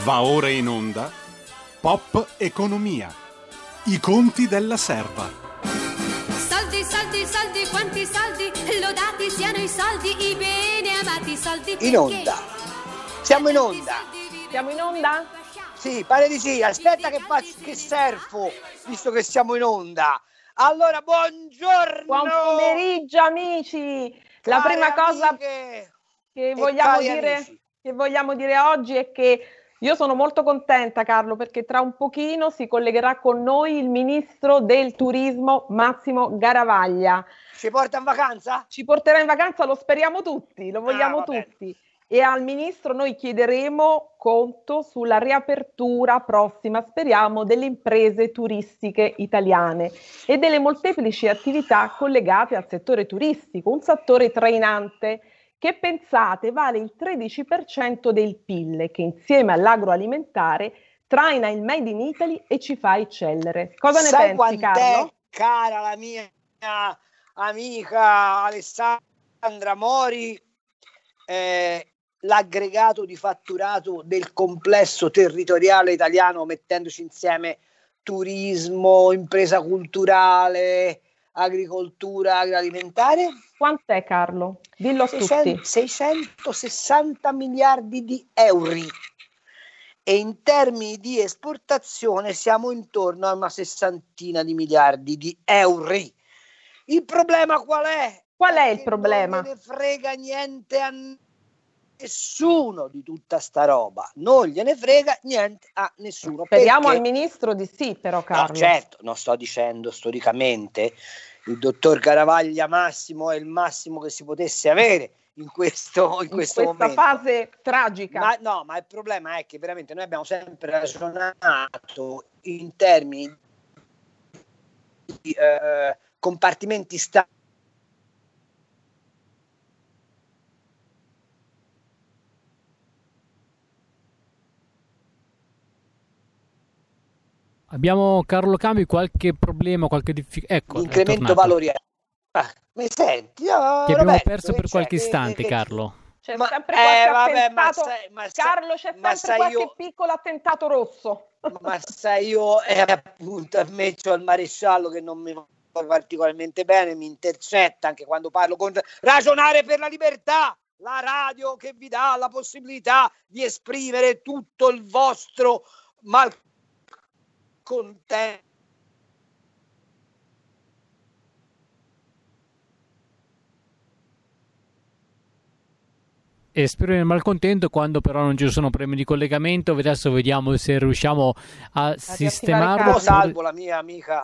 Va ora in onda Pop Economia. I conti della serva. Soldi, soldi, soldi, quanti soldi, lodati siano i soldi, i bene amati soldi. In onda. Siamo in onda. Siamo in onda? Sì, pare di sì. Aspetta che surfo, visto che siamo in onda. Allora, buongiorno. Buon pomeriggio, amici. La prima cosa che vogliamo dire oggi è che io sono molto contenta, Carlo, perché tra un pochino si collegherà con noi il ministro del turismo Massimo Garavaglia. Ci porta in vacanza? Ci porterà in vacanza, lo speriamo tutti, lo vogliamo tutti. E al ministro noi chiederemo conto sulla riapertura prossima, speriamo, delle imprese turistiche italiane e delle molteplici attività collegate al settore turistico, un settore trainante che, pensate, vale il 13% del PIL, che insieme all'agroalimentare traina il Made in Italy e ci fa eccellere. Cosa ne pensi, Carlo? Cara la mia amica Alessandra Mori, l'aggregato di fatturato del complesso territoriale italiano, mettendoci insieme turismo, impresa culturale, agricoltura agroalimentare? Quant'è, Carlo? Dillo a tutti. 660 miliardi di euro, e in termini di esportazione siamo intorno a una sessantina di miliardi di euro. Il problema qual è? Qual è il problema? Non ne frega niente a nessuno di tutta sta roba, non gliene frega niente a nessuno. Speriamo al ministro di sì, però, Carlo. No, certo, non sto dicendo storicamente, il dottor Garavaglia Massimo è il massimo che si potesse avere in questa momento. Fase tragica. Ma il problema è che veramente noi abbiamo sempre ragionato in termini di compartimenti Abbiamo, Carlo Cambi, qualche problema, qualche difficoltà. Ecco, l'incremento valoriale. Mi senti? Ti abbiamo perso per qualche istante, Carlo. C'è sempre qualche attentato. Carlo, c'è sempre qualche piccolo attentato rosso. Ma sai, io appunto a me c'ho il maresciallo che non mi va particolarmente bene, mi intercetta anche quando parlo con Ragionare per la Libertà, la radio che vi dà la possibilità di esprimere tutto il vostro malcontento. Esprimere il malcontento quando però non ci sono problemi di collegamento. Adesso vediamo se riusciamo a sistemarlo. Salvo la mia amica.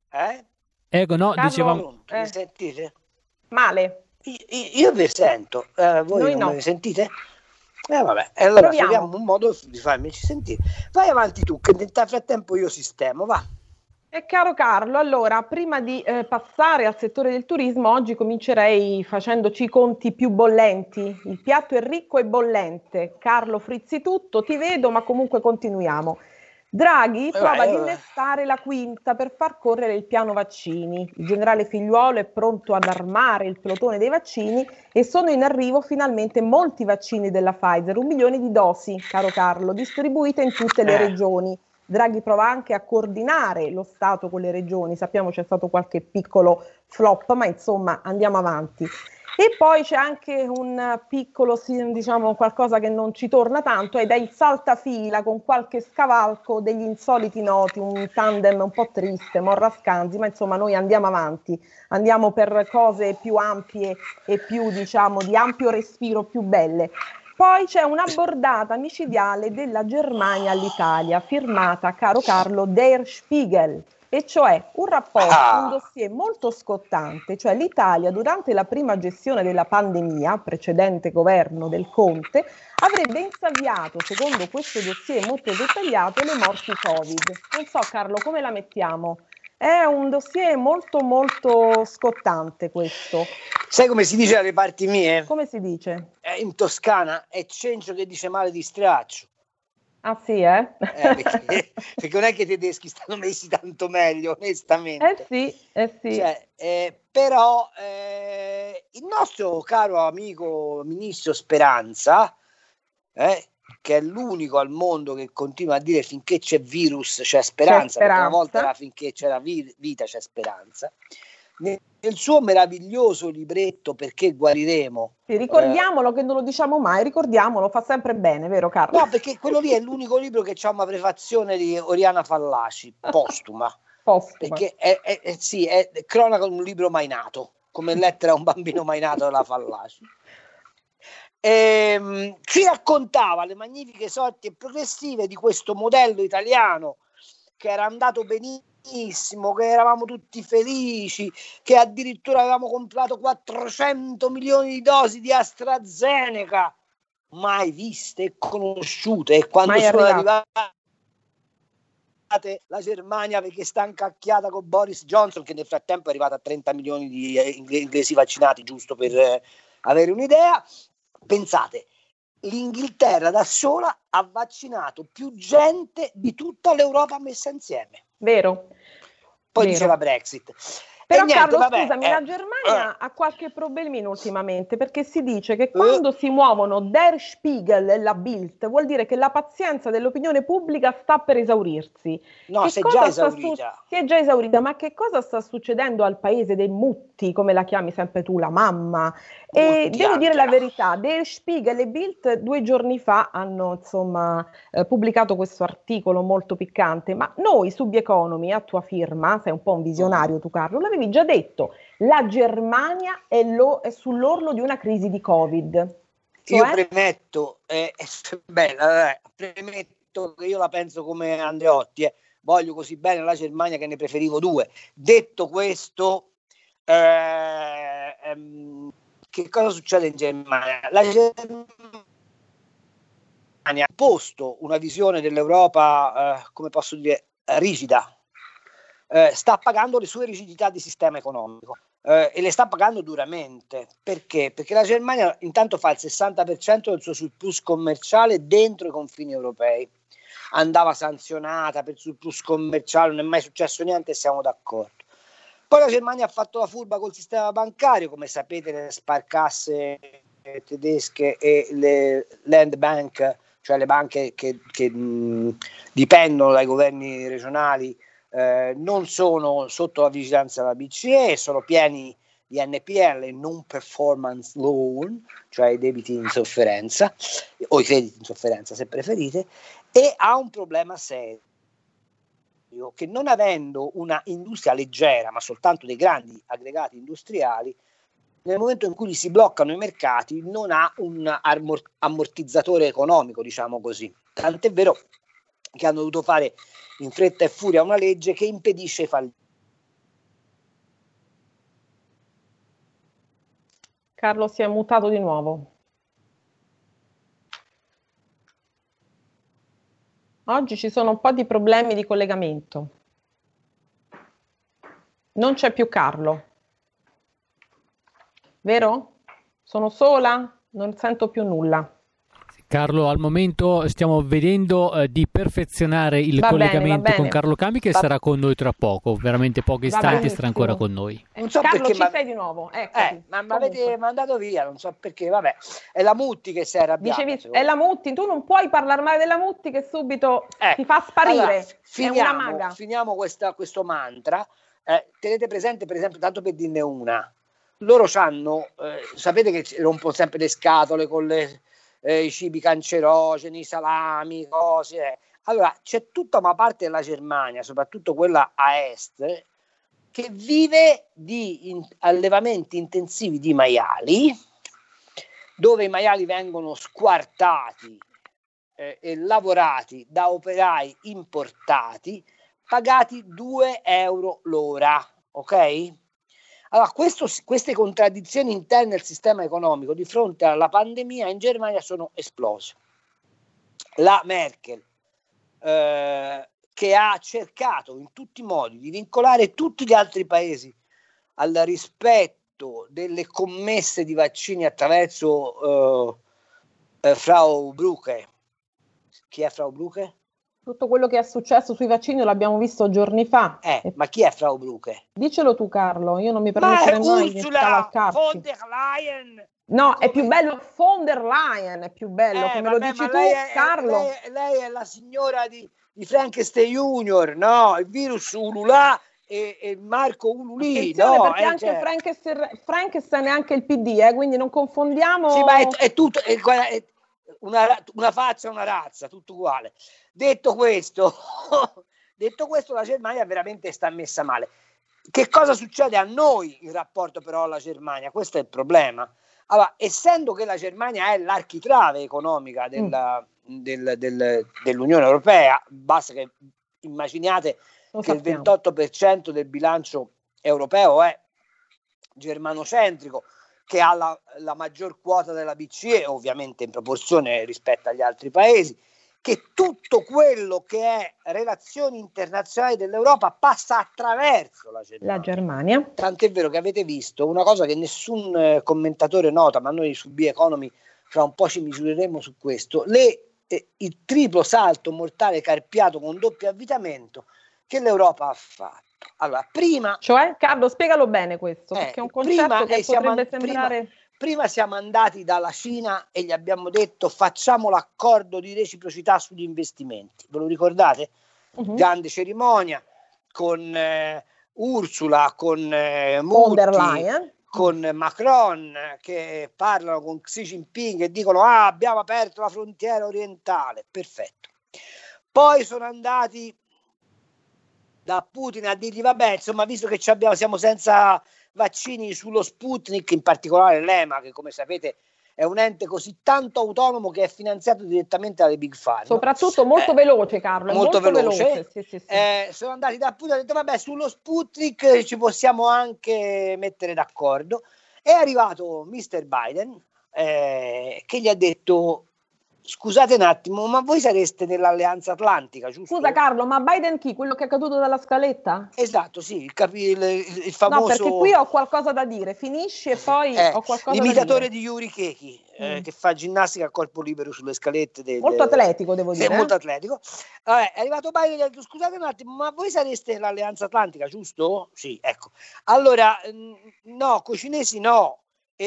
Ecco, no, Carlo, dicevamo. Mi sentite? Male. Io vi sento, voi non mi sentite? Vabbè, allora troviamo un modo di farmici sentire. Vai avanti tu, che nel frattempo io sistemo, va. E caro Carlo, allora, prima di passare al settore del turismo, oggi comincerei facendoci i conti più bollenti. Il piatto è ricco e bollente. Carlo, frizzi tutto, ti vedo, ma comunque continuiamo. Draghi prova ad innestare la quinta per far correre il piano vaccini. Il generale Figliuolo è pronto ad armare il pelotone dei vaccini e sono in arrivo finalmente molti vaccini della Pfizer, 1 milione di dosi, caro Carlo, distribuite in tutte le regioni. Draghi prova anche a coordinare lo Stato con le regioni, sappiamo c'è stato qualche piccolo flop, ma insomma andiamo avanti. E poi c'è anche un piccolo, diciamo, qualcosa che non ci torna tanto, ed è il saltafila con qualche scavalco degli insoliti noti, un tandem un po' triste, Morra Scanzi, ma insomma noi andiamo avanti, andiamo per cose più ampie e più, diciamo, di ampio respiro, più belle. Poi c'è una bordata micidiale della Germania all'Italia, firmata, caro Carlo, Der Spiegel, e cioè un rapporto, un dossier molto scottante, cioè l'Italia durante la prima gestione della pandemia, precedente governo del Conte, avrebbe insaviato, secondo questo dossier molto dettagliato, le morti Covid. Non so, Carlo, come la mettiamo? È un dossier molto molto scottante questo. Sai come si dice dalle parti mie? Come si dice? In Toscana è cencio che dice male di straccio. Ah sì, perché non è che i tedeschi stanno messi tanto meglio, onestamente. Sì. Cioè, però il nostro caro amico ministro Speranza che è l'unico al mondo che continua a dire finché c'è virus c'è speranza, perché una volta era finché c'era vita c'è speranza. Nel suo meraviglioso libretto Perché guariremo, ricordiamolo che non lo diciamo mai, ricordiamolo, fa sempre bene, vero Carlo? No, perché quello lì è l'unico libro che ha una prefazione di Oriana Fallaci, postuma. Perché è cronaca di un libro mai nato, come Lettera a un bambino mai nato della Fallaci. Ci raccontava le magnifiche sorti e progressive di questo modello italiano che era andato benissimo, che eravamo tutti felici, che addirittura avevamo comprato 400 milioni di dosi di AstraZeneca, mai viste e conosciute, e quando mai sono arrivate la Germania, perché sta incacchiata con Boris Johnson, che nel frattempo è arrivata a 30 milioni di inglesi vaccinati, giusto per avere un'idea. Pensate, l'Inghilterra da sola ha vaccinato più gente di tutta l'Europa messa insieme. Vero. Poi dice la Brexit. Però Carlo, scusami, la Germania ha qualche problemino ultimamente, perché si dice che quando si muovono Der Spiegel e la Bild vuol dire che la pazienza dell'opinione pubblica sta per esaurirsi. No, si è già esaurita. Si è già esaurita, ma che cosa sta succedendo al paese dei mutti, come la chiami sempre tu, la mamma? E devo dire la verità, Der Spiegel e Bild 2 giorni fa hanno pubblicato questo articolo molto piccante, ma noi su The Economy, a tua firma, sei un po' un visionario tu Carlo, l'avevi già detto, la Germania è sull'orlo di una crisi di Covid. Io premetto, premetto che io la penso come Andreotti, voglio così bene la Germania che ne preferivo 2. Detto questo, che cosa succede in Germania? La Germania ha posto una visione dell'Europa, come posso dire, rigida. Sta pagando le sue rigidità di sistema economico e le sta pagando duramente. Perché? Perché la Germania intanto fa il 60% del suo surplus commerciale dentro i confini europei. Andava sanzionata per surplus commerciale, non è mai successo niente e siamo d'accordo. Poi la Germania ha fatto la furba col sistema bancario, come sapete le Sparkasse tedesche e le Landbank, cioè le banche che dipendono dai governi regionali, non sono sotto la vigilanza della BCE, sono pieni di NPL, non performance loan, cioè i debiti in sofferenza o i crediti in sofferenza se preferite, e ha un problema serio che, non avendo una industria leggera ma soltanto dei grandi aggregati industriali, nel momento in cui si bloccano i mercati non ha un ammortizzatore economico, diciamo così. Tant'è vero che hanno dovuto fare in fretta e furia una legge che impedisce i fallimenti. Carlo si è mutato di nuovo. Oggi ci sono un po' di problemi di collegamento. Non c'è più Carlo. Vero? Sono sola? Non sento più nulla. Carlo, al momento stiamo vedendo di perfezionare il collegamento con Carlo Cambi, che sarà con noi tra poco, veramente pochi istanti starà ancora con noi. Non so Carlo, perché, sei di nuovo. Ma mi avete mandato via, non so perché, vabbè. È la Mutti che si è arrabbiata. Dicevi, è la Mutti, tu non puoi parlare male della Mutti che subito ti fa sparire. Allora, è una maga. Finiamo questo mantra. Tenete presente, per esempio, tanto per dirne una, loro hanno, sapete che rompono sempre le scatole con i cibi cancerogeni, i salami, cose. Allora c'è tutta una parte della Germania, soprattutto quella a est, che vive di allevamenti intensivi di maiali, dove i maiali vengono squartati e lavorati da operai importati, pagati 2 euro l'ora, ok? Allora, queste contraddizioni interne al sistema economico di fronte alla pandemia in Germania sono esplose. La Merkel, che ha cercato in tutti i modi di vincolare tutti gli altri paesi al rispetto delle commesse di vaccini attraverso Frau Brücke. Chi è Frau Brücke? Tutto quello che è successo sui vaccini l'abbiamo visto giorni fa. Ma chi è Frau Brücke? Dicelo tu Carlo, io non mi permetterei mai di Ursula scavalcarci. von der Leyen, No, è più bello von der Leyen, è più bello, come lo dici tu, Carlo. Lei è la signora di Frankenstein Junior, no? Il virus ululà e Marco ululì, no? Perché anche Frankenstein è anche il PD, quindi non confondiamo. Sì, ma è tutto, è una faccia, una razza, tutto uguale. Detto questo, la Germania veramente sta messa male. Che cosa succede a noi in rapporto però alla Germania? Questo è il problema. Allora, essendo che la Germania è l'architrave economica dell'Unione Europea, basta che immaginiate che il 28% del bilancio europeo è germanocentrico, che ha la maggior quota della BCE, ovviamente in proporzione rispetto agli altri paesi, che tutto quello che è relazioni internazionali dell'Europa passa attraverso la Germania. Tant'è vero che avete visto una cosa che nessun commentatore nota, ma noi su B-Economy fra un po' ci misureremo su questo, il triplo salto mortale carpiato con doppio avvitamento che l'Europa ha fatto. Allora, prima... Cioè, Carlo, spiegalo bene questo, perché è un concetto che potrebbe sembrare... Prima siamo andati dalla Cina e gli abbiamo detto facciamo l'accordo di reciprocità sugli investimenti. Ve lo ricordate? Grande cerimonia con Ursula, con Monti, con Macron che parlano con Xi Jinping e dicono abbiamo aperto la frontiera orientale. Perfetto. Poi sono andati da Putin a dirgli vabbè, insomma, visto che siamo senza vaccini sullo Sputnik, in particolare l'EMA, che come sapete è un ente così tanto autonomo che è finanziato direttamente dalle Big Pharma. Soprattutto molto veloce, Carlo. Molto veloce. Sì. Sono andati da Putin e hanno detto vabbè, sullo Sputnik ci possiamo anche mettere d'accordo. È arrivato Mr. Biden che gli ha detto scusate un attimo, ma voi sareste nell'Alleanza Atlantica, giusto? Scusa Carlo, ma Biden chi? Quello che è caduto dalla scaletta? Esatto, sì, il famoso... No, perché qui ho qualcosa da dire, finisci e poi ho qualcosa da dire. L'imitatore di Yuri Keki, che fa ginnastica a corpo libero sulle scalette. Molto atletico, devo dire. Molto atletico. Vabbè, è arrivato Biden e gli ha detto, scusate un attimo, ma voi sareste nell'Alleanza Atlantica, giusto? Sì, ecco. Allora, no, coi cinesi no,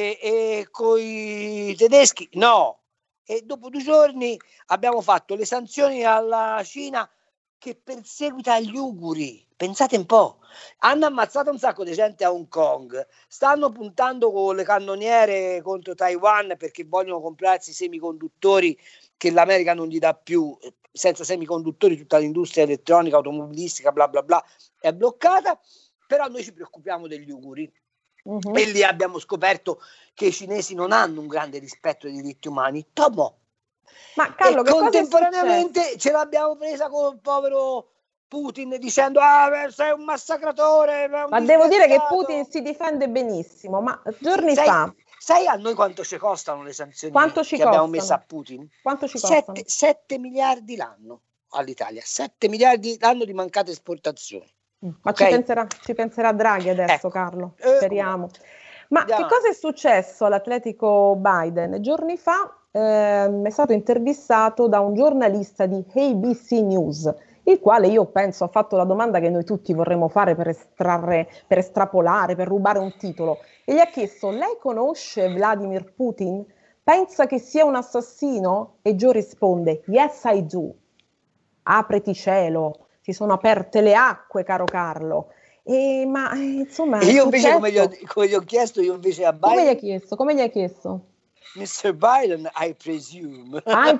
e coi tedeschi no. E dopo 2 giorni abbiamo fatto le sanzioni alla Cina che perseguita gli uiguri. Pensate un po', hanno ammazzato un sacco di gente a Hong Kong, stanno puntando con le cannoniere contro Taiwan perché vogliono comprarsi i semiconduttori che l'America non gli dà più. Senza semiconduttori tutta l'industria elettronica, automobilistica, bla bla bla, è bloccata, però noi ci preoccupiamo degli uiguri. E lì abbiamo scoperto che i cinesi non hanno un grande rispetto dei diritti umani. Tomo. Ma Carlo, che contemporaneamente ce l'abbiamo presa con il povero Putin dicendo sei un massacratore. Ma devo dire che Putin si difende benissimo, ma giorni fa... Sai a noi quanto ci costano le sanzioni abbiamo messo a Putin? Quanto ci costano? 7 miliardi l'anno all'Italia, 7 miliardi l'anno di mancate esportazioni. Ma okay. ci penserà Draghi adesso, ecco. Carlo, speriamo. Ma che cosa è successo all'Atletico Biden? Giorni fa è stato intervistato da un giornalista di ABC News, il quale io penso ha fatto la domanda che noi tutti vorremmo fare per estrapolare, per rubare un titolo, e gli ha chiesto: lei conosce Vladimir Putin? Pensa che sia un assassino? E Joe risponde: yes I do. Apriti cielo. Si sono aperte le acque, caro Carlo. Ma insomma, io invece come gli ho chiesto, io invece a Biden. Come gli hai chiesto? Mr. Biden, I presume. I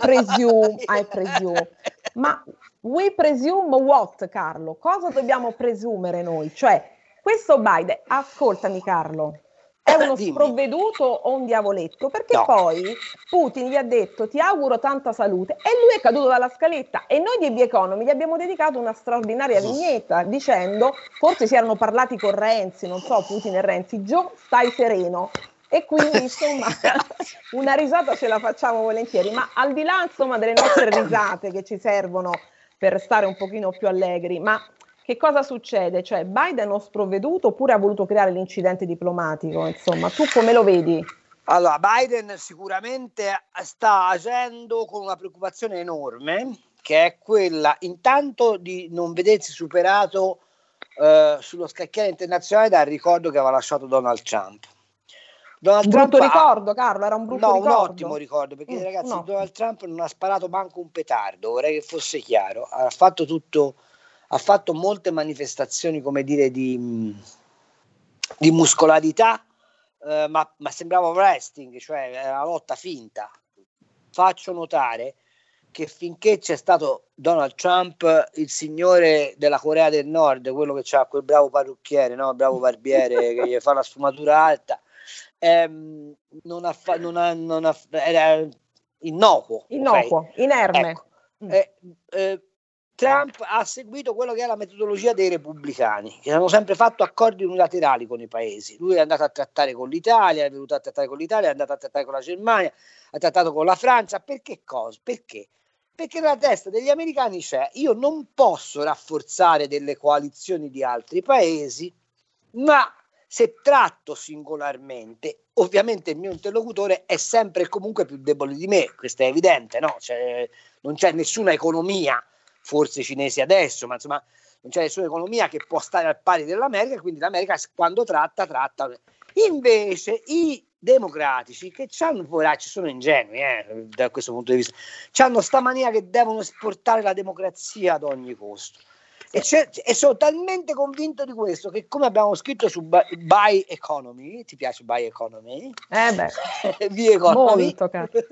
presume. Ma we presume what, Carlo? Cosa dobbiamo presumere noi? Cioè, questo Biden, ascoltami Carlo, è uno sprovveduto o un diavoletto? Perché no. Poi Putin gli ha detto ti auguro tanta salute e lui è caduto dalla scaletta e noi di B-Economy gli abbiamo dedicato una straordinaria vignetta dicendo, forse si erano parlati con Renzi, non so, Putin e Renzi, Joe stai sereno. E quindi insomma una risata ce la facciamo volentieri, ma al di là insomma delle nostre risate che ci servono per stare un pochino più allegri, ma che cosa succede? Cioè Biden è uno sprovveduto oppure ha voluto creare l'incidente diplomatico? Insomma, tu come lo vedi? Allora, Biden sicuramente sta agendo con una preoccupazione enorme, che è quella intanto di non vedersi superato sullo scacchiere internazionale dal ricordo che aveva lasciato Donald Trump. Brutto ricordo, Carlo, era un brutto ricordo. No, un ottimo ricordo, perché ragazzi, Donald Trump non ha sparato manco un petardo, vorrei che fosse chiaro. Ha fatto molte manifestazioni, come dire, di muscolarità, ma sembrava wrestling, cioè era lotta finta. Faccio notare che finché c'è stato Donald Trump, il signore della Corea del Nord, quello che c'ha quel bravo parrucchiere, no? Bravo barbiere che gli fa la sfumatura alta, era innocuo, okay? Inerme. Ecco. Trump ha seguito quello che è la metodologia dei repubblicani, che hanno sempre fatto accordi unilaterali con i paesi. Lui è andato a trattare con l'Italia, è venuto a trattare con l'Italia, è andato a trattare con la Germania, ha trattato con la Francia. Perché cosa? Perché? Perché nella testa degli americani c'è: io non posso rafforzare delle coalizioni di altri paesi, ma se tratto singolarmente, ovviamente il mio interlocutore è sempre e comunque più debole di me, questo è evidente, no? Non c'è nessuna economia, forse cinesi adesso, ma insomma non c'è nessuna economia che può stare al pari dell'America, quindi l'America quando tratta. Invece i democratici, che c'hanno, poveracci, sono ingenui da questo punto di vista, c'hanno sta mania che devono esportare la democrazia ad ogni costo. E sono talmente convinto di questo che, come abbiamo scritto su Buy Economy, ti piace Buy Economy? Via Economy. Molto,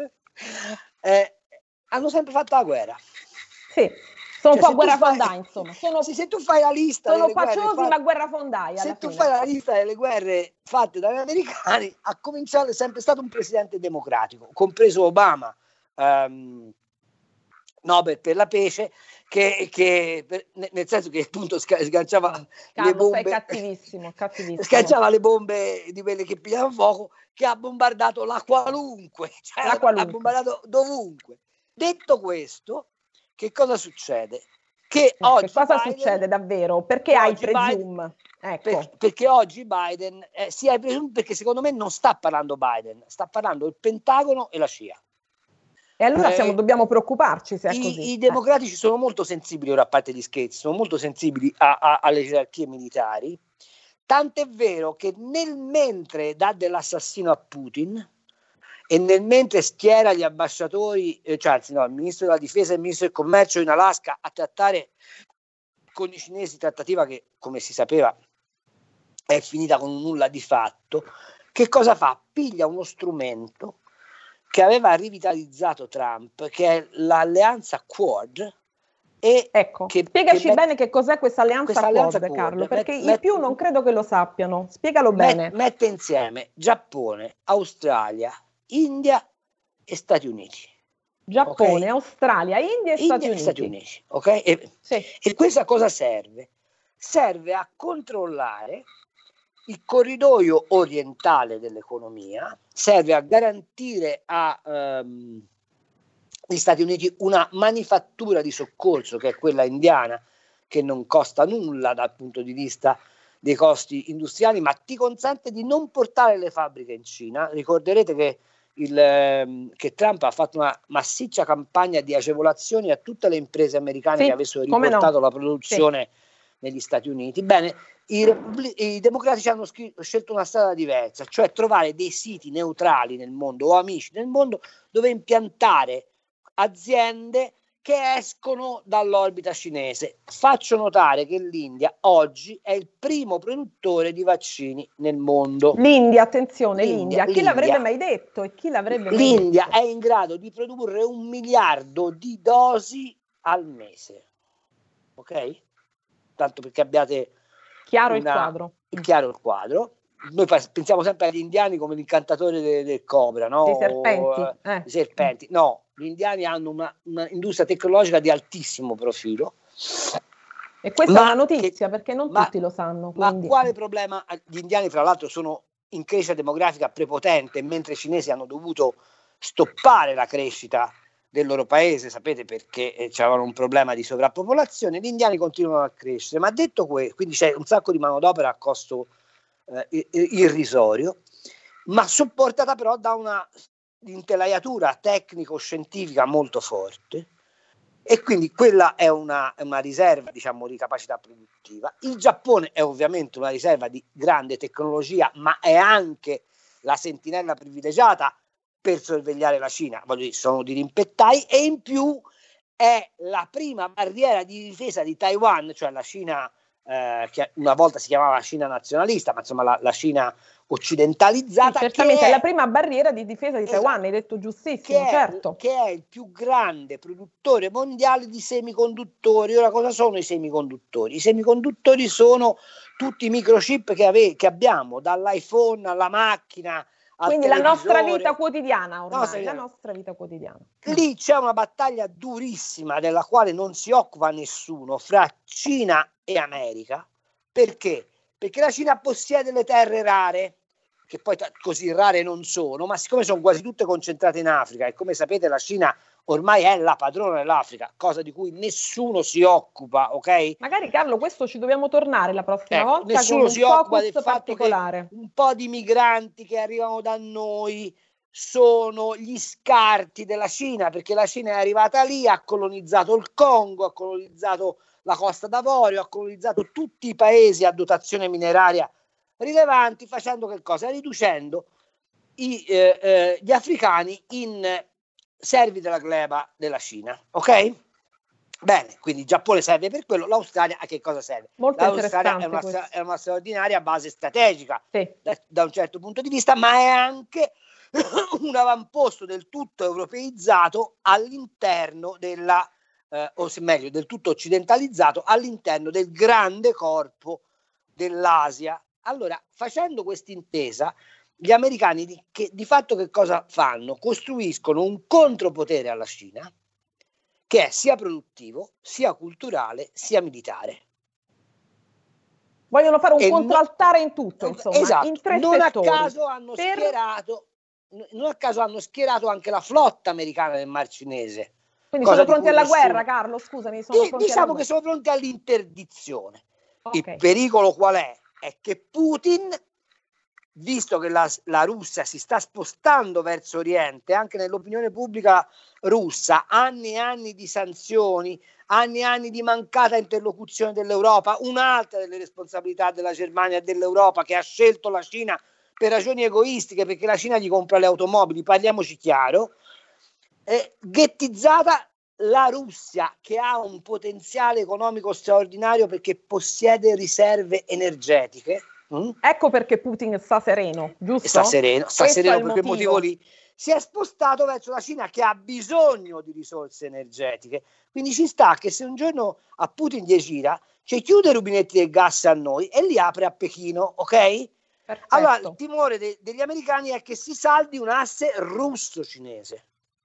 hanno sempre fatto la guerra. Sì, sono un po' guerrafondai, insomma. Se tu fai la lista, sono faciosi ma guerrafondai. Se tu fai la lista delle guerre fatte dagli americani, a cominciare è sempre stato un presidente democratico, compreso Obama, Nobel per la pace, nel senso che appunto sganciava le bombe. Sei cattivissimo. Sganciava le bombe di quelle che pigliavano fuoco, che ha bombardato la qualunque, ha bombardato dovunque. Detto questo, che cosa succede? Che succede davvero? Perché hai presume? Ecco. Perché oggi Biden si hai presume, perché secondo me non sta parlando Biden, sta parlando il Pentagono e la CIA. E allora dobbiamo preoccuparci se è così. I democratici sono molto sensibili, ora a parte gli scherzi, sono molto sensibili alle gerarchie militari, tant'è vero che nel mentre dà dell'assassino a Putin e nel mentre schiera gli ambasciatori, il ministro della difesa e il ministro del commercio in Alaska a trattare con i cinesi, trattativa che, come si sapeva, è finita con un nulla di fatto, che cosa fa? Piglia uno strumento che aveva rivitalizzato Trump, che è l'alleanza Quad. Spiegaci bene che cos'è questa alleanza Quad, Carlo, perché i più non credo che lo sappiano. Spiegalo bene. Mette insieme Giappone, Australia, India e Stati Uniti. Giappone, Australia, India e Stati Uniti. Ok? E questa cosa serve? Serve a controllare il corridoio orientale dell'economia, serve a garantire agli Stati Uniti una manifattura di soccorso, che è quella indiana, che non costa nulla dal punto di vista dei costi industriali, ma ti consente di non portare le fabbriche in Cina. Ricorderete che Trump ha fatto una massiccia campagna di agevolazioni a tutte le imprese americane che avessero riportato la produzione negli Stati Uniti. Bene, i democratici hanno scelto una strada diversa, cioè trovare dei siti neutrali nel mondo o amici nel mondo dove impiantare aziende che escono dall'orbita cinese. Faccio notare che l'India oggi è il primo produttore di vaccini nel mondo. L'India. Chi l'avrebbe mai detto? L'India è in grado di produrre 1 miliardo di dosi al mese. Ok? Tanto perché abbiate chiaro il quadro. Noi pensiamo sempre agli indiani come l'incantatore del cobra, no? Dei serpenti. No, gli indiani hanno una industria tecnologica di altissimo profilo. E questa è una notizia, perché non tutti lo sanno. Quindi. Ma quale problema? Gli indiani, fra l'altro, sono in crescita demografica prepotente, mentre i cinesi hanno dovuto stoppare la crescita del loro paese, sapete perché c'avevano un problema di sovrappopolazione. Gli indiani continuano a crescere, ma detto questo, quindi c'è un sacco di manodopera a costo irrisorio, ma supportata però da una intelaiatura tecnico-scientifica molto forte, e quindi quella è una riserva, diciamo, di capacità produttiva. Il Giappone è ovviamente una riserva di grande tecnologia, ma è anche la sentinella privilegiata per sorvegliare la Cina, sono dirimpettai, e in più è la prima barriera di difesa di Taiwan, cioè la Cina che una volta si chiamava Cina nazionalista, ma insomma la Cina occidentalizzata. Sì, certamente è la prima barriera di difesa di Taiwan, hai detto giustissimo, certo. Che è il più grande produttore mondiale di semiconduttori. Ora, cosa sono i semiconduttori? I semiconduttori sono tutti i microchip che abbiamo, dall'iPhone alla macchina, quindi la nostra vita quotidiana ormai, la nostra vita quotidiana. Lì c'è una battaglia durissima della quale non si occupa nessuno fra Cina e America. Perché? Perché la Cina possiede le terre rare, che poi così rare non sono, ma siccome sono quasi tutte concentrate in Africa, e come sapete la Cina ormai è la padrona dell'Africa, cosa di cui nessuno si occupa, ok? Magari Carlo, questo ci dobbiamo tornare la prossima volta. Nessuno si occupa del fatto che un po' di migranti che arrivano da noi sono gli scarti della Cina, perché la Cina è arrivata lì, ha colonizzato il Congo, ha colonizzato la Costa d'Avorio, ha colonizzato tutti i paesi a dotazione mineraria rilevanti, facendo che cosa? Riducendo gli africani in servi della gleba della Cina, ok? Bene, quindi il Giappone serve per quello, l'Australia a che cosa serve? Molto L'Australia è una straordinaria base strategica, sì, da un certo punto di vista, ma è anche un avamposto del tutto europeizzato all'interno della o se meglio del tutto occidentalizzato all'interno del grande corpo dell'Asia. Allora, facendo questa intesa, gli americani di fatto che cosa fanno? Costruiscono un contropotere alla Cina che è sia produttivo, sia culturale, sia militare. Vogliono fare un contraltare in tutto, insomma, esatto, in tre non settori. A caso hanno schierato anche la flotta americana nel Mar Cinese. Quindi sono pronti alla guerra, Carlo, scusami. Diciamo che sono pronti all'interdizione. Okay. Il pericolo qual è? È che Putin, visto che la Russia si sta spostando verso Oriente, anche nell'opinione pubblica russa, anni e anni di sanzioni, anni e anni di mancata interlocuzione dell'Europa, un'altra delle responsabilità della Germania e dell'Europa, che ha scelto la Cina per ragioni egoistiche, perché la Cina gli compra le automobili, parliamoci chiaro, ghettizzata la Russia, che ha un potenziale economico straordinario perché possiede riserve energetiche. Ecco perché Putin sta sereno, giusto? Sta sereno per quel motivo lì. Si è spostato verso la Cina, che ha bisogno di risorse energetiche. Quindi ci sta che se un giorno a Putin gli gira, cioè chiude i rubinetti del gas a noi e li apre a Pechino, ok? Perfetto. Allora il timore degli americani è che si saldi un asse russo-cinese.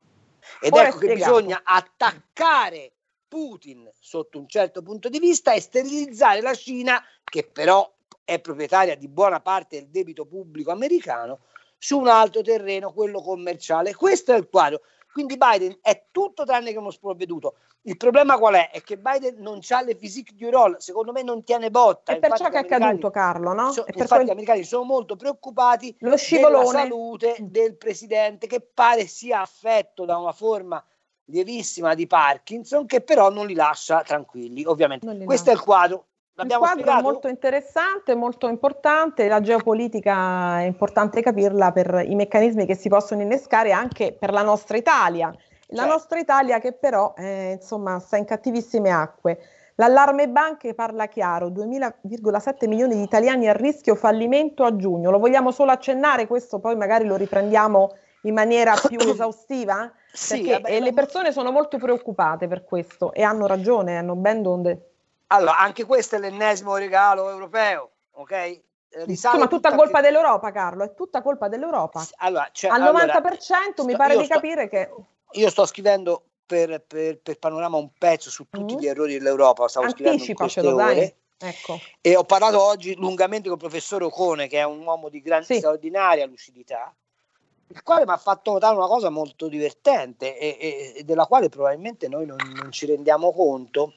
Ed ecco che bisogna attaccare Putin sotto un certo punto di vista e sterilizzare la Cina, che però è proprietaria di buona parte del debito pubblico americano, su un altro terreno, quello commerciale. Questo è il quadro. Quindi Biden è tutto tranne che uno sprovveduto. Il problema qual è? È che Biden non ha le physique du rôle, secondo me non tiene botta. È perciò che è accaduto, Carlo, no? Infatti gli americani sono molto preoccupati della salute del presidente, che pare sia affetto da una forma lievissima di Parkinson, che però non li lascia tranquilli, ovviamente. Questo è il quadro. Il quadro è molto interessante, molto importante. La geopolitica è importante capirla per i meccanismi che si possono innescare anche per la nostra Italia. La nostra Italia che però insomma sta in cattivissime acque. L'allarme banche parla chiaro, 2,7 milioni di italiani a rischio fallimento a giugno. Lo vogliamo solo accennare questo, poi magari lo riprendiamo in maniera più esaustiva? Perché le persone sono molto preoccupate per questo e hanno ragione, hanno ben donde. Allora, anche questo è l'ennesimo regalo europeo, ok? Insomma, tutta colpa dell'Europa, Carlo, è tutta colpa dell'Europa. Allora, al 90% mi pare di capire che... Io sto scrivendo per Panorama un pezzo su tutti gli errori dell'Europa, stavo scrivendo in queste ore. Ecco. E ho parlato oggi lungamente con il professor Ocone, che è un uomo di grande straordinaria lucidità, il quale mi ha fatto notare una cosa molto divertente e della quale probabilmente noi non ci rendiamo conto,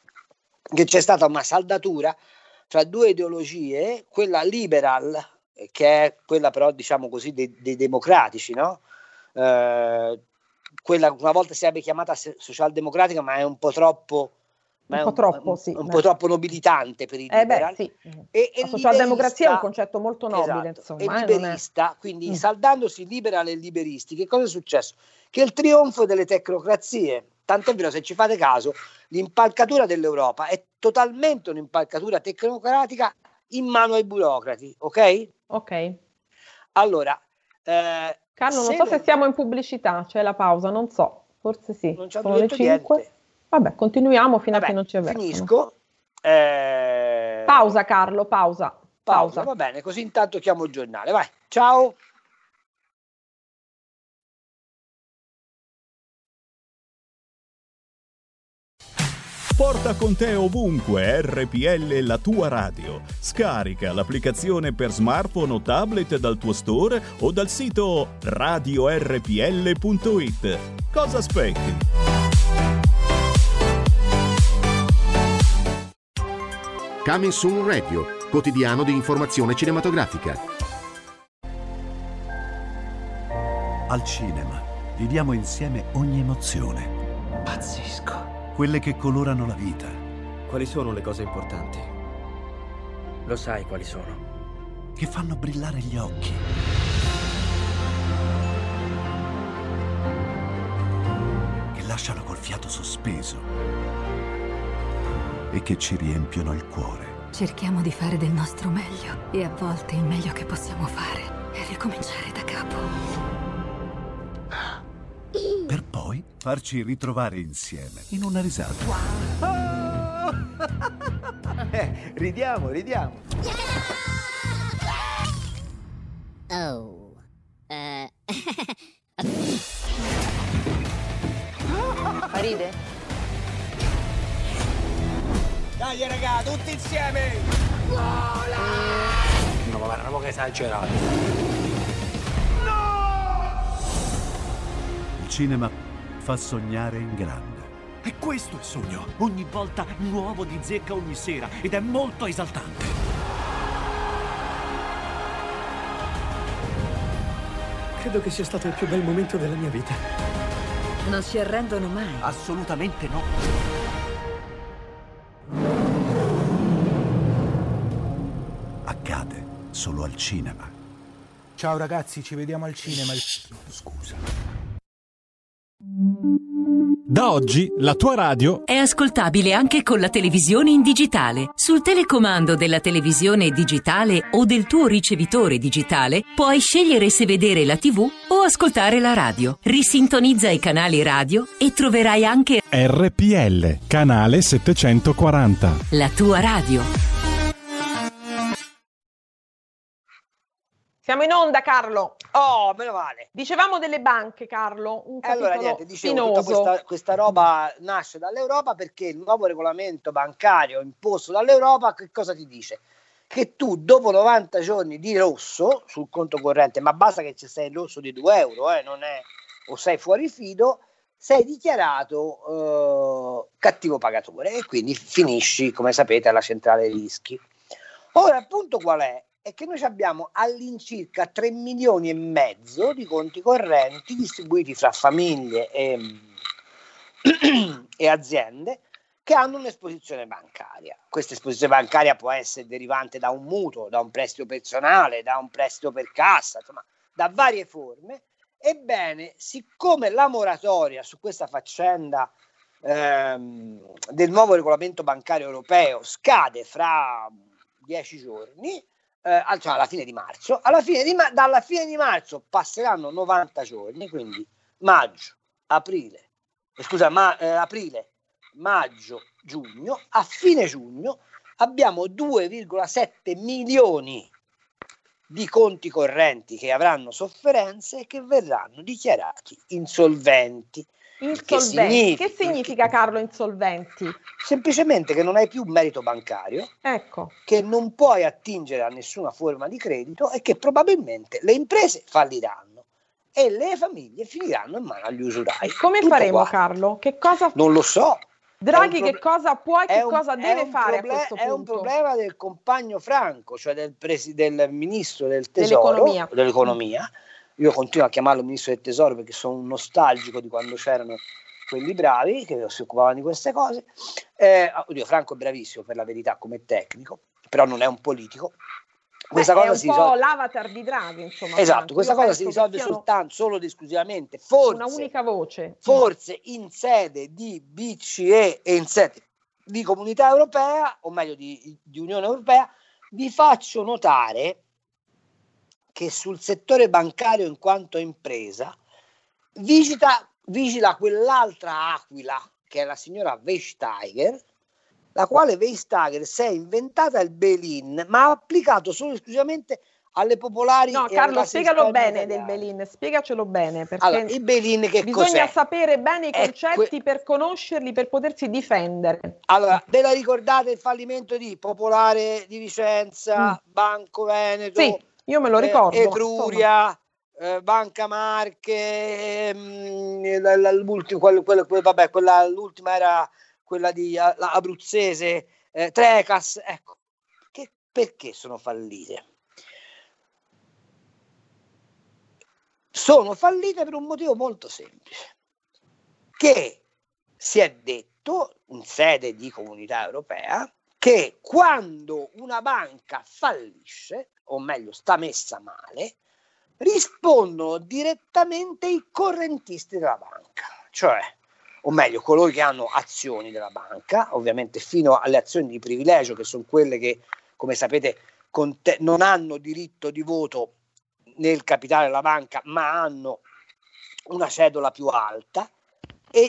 che c'è stata una saldatura tra due ideologie, quella liberal, che è quella però diciamo così dei democratici, no? Quella una volta si sarebbe chiamata socialdemocratica, ma è un po' troppo un po' troppo, sì. Un po' troppo nobilitante per i liberal. Sì. La socialdemocrazia è un concetto molto nobile, esatto, insomma. E liberista, quindi saldandosi liberal e liberisti, che cosa è successo? Che il trionfo delle tecnocrazie, tant'è vero, se ci fate caso, l'impalcatura dell'Europa è totalmente un'impalcatura tecnocratica in mano ai burocrati, ok? Ok. Allora, Carlo, non so se siamo in pubblicità, c'è la pausa, non so, forse sì. Non ci hanno sono le detto 5. niente. Vabbè, continuiamo fino a che non ci avvertono. Finisco. Pausa, Carlo, pausa. Va bene, così intanto chiamo il giornale. Vai, ciao. Porta con te ovunque RPL, la tua radio. Scarica l'applicazione per smartphone o tablet dal tuo store o dal sito radiorpl.it. Cosa aspetti? Coming Soon Radio, quotidiano di informazione cinematografica. Al cinema viviamo insieme ogni emozione. Pazzesco. Quelle che colorano la vita. Quali sono le cose importanti? Lo sai quali sono? Che fanno brillare gli occhi. Che lasciano col fiato sospeso. E che ci riempiono il cuore. Cerchiamo di fare del nostro meglio e a volte il meglio che possiamo fare è ricominciare da capo. Per poi farci ritrovare insieme in una risata. Ridiamo. Oh. Ride? Dai raga, tutti insieme! Vola! No, ma guarda, che esagerato. Il cinema fa sognare in grande. E questo è il sogno. Ogni volta nuovo di zecca ogni sera ed è molto esaltante. Credo che sia stato il più bel momento della mia vita. Non si arrendono mai. Assolutamente no. Accade solo al cinema. Ciao ragazzi, ci vediamo al cinema. Scusa. Da oggi la tua radio è ascoltabile anche con la televisione in digitale. Sul telecomando della televisione digitale o del tuo ricevitore digitale puoi scegliere se vedere la TV o ascoltare la radio. Risintonizza i canali radio e troverai anche RPL, canale 740. La tua radio. Siamo in onda, Carlo. Oh, meno male. Dicevamo delle banche, Carlo. Un capitolo allora, niente, dicevo, tutta questa roba nasce dall'Europa perché il nuovo regolamento bancario imposto dall'Europa che cosa ti dice? Che tu dopo 90 giorni di rosso sul conto corrente, ma basta che ci sei in rosso di 2 euro, non è, o sei fuori fido, sei dichiarato cattivo pagatore e quindi finisci, come sapete, alla centrale rischi. Ora, il punto qual è? È che noi abbiamo all'incirca 3 milioni e mezzo di conti correnti distribuiti fra famiglie e aziende che hanno un'esposizione bancaria. Questa esposizione bancaria può essere derivante da un mutuo, da un prestito personale, da un prestito per cassa, insomma, da varie forme. Ebbene, siccome la moratoria su questa faccenda del nuovo regolamento bancario europeo scade fra 10 giorni, cioè alla fine di marzo, dalla fine di marzo passeranno 90 giorni, quindi aprile, maggio, giugno, a fine giugno abbiamo 2,7 milioni di conti correnti che avranno sofferenze e che verranno dichiarati insolventi. Che significa, Carlo, insolventi? Semplicemente che non hai più merito bancario, ecco, che non puoi attingere a nessuna forma di credito e che probabilmente le imprese falliranno e le famiglie finiranno in mano agli usurai. Come faremo, Carlo? Che cosa? Non lo so. Draghi, che cosa può e che cosa deve fare a questo punto? È un problema del compagno Franco, cioè del ministro del Tesoro, dell'economia. Io continuo a chiamarlo ministro del Tesoro perché sono un nostalgico di quando c'erano quelli bravi che si occupavano di queste cose. Franco è bravissimo per la verità come tecnico, però non è un politico. Questa cosa è un po' l'avatar di Draghi, insomma. Esatto, Franco. questa cosa si risolve solo ed esclusivamente, forse, una unica voce. Forse in sede di BCE e in sede di Comunità Europea, o meglio di Unione Europea. Vi faccio notare che sul settore bancario in quanto impresa vigila quell'altra aquila, che è la signora Vestager, la quale Vestager si è inventata il bail-in, ma ha applicato solo e esclusivamente alle popolari. No, Carlo, spiegalo bene del bail-in, spiegacelo bene, perché allora, il bail-in che bisogna cos'è? sapere bene i concetti per conoscerli, per potersi difendere. Allora, ve la ricordate il fallimento di Popolare di Vicenza, Banco Veneto? Sì, io me lo ricordo. Etruria, Banca Marche, l'ultima era quella di Abruzzese, Trecas, ecco. Perché sono fallite? Sono fallite per un motivo molto semplice, che si è detto in sede di Comunità Europea che quando una banca fallisce, o meglio sta messa male, rispondono direttamente i correntisti della banca, cioè, o meglio, coloro che hanno azioni della banca, ovviamente fino alle azioni di privilegio, che sono quelle che, come sapete, non hanno diritto di voto nel capitale della banca, ma hanno una cedola più alta, e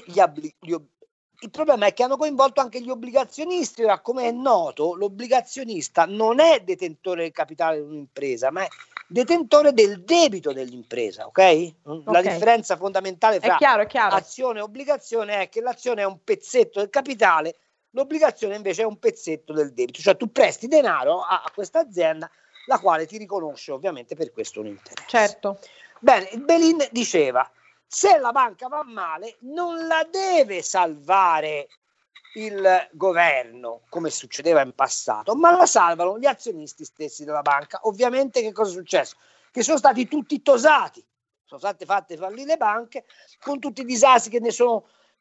il problema è che hanno coinvolto anche gli obbligazionisti. Ora, come è noto, l'obbligazionista non è detentore del capitale di un'impresa, ma è detentore del debito dell'impresa, ok? La differenza fondamentale fra azione e obbligazione è che l'azione è un pezzetto del capitale, l'obbligazione invece è un pezzetto del debito, cioè tu presti denaro a questa azienda, la quale ti riconosce ovviamente per questo un interesse. Certo. Bene, il bail-in diceva: se la banca va male non la deve salvare il governo, come succedeva in passato, ma la salvano gli azionisti stessi della banca. Ovviamente che cosa è successo? Che sono stati tutti tosati, sono state fatte fallire le banche con tutti i disastri che ne sono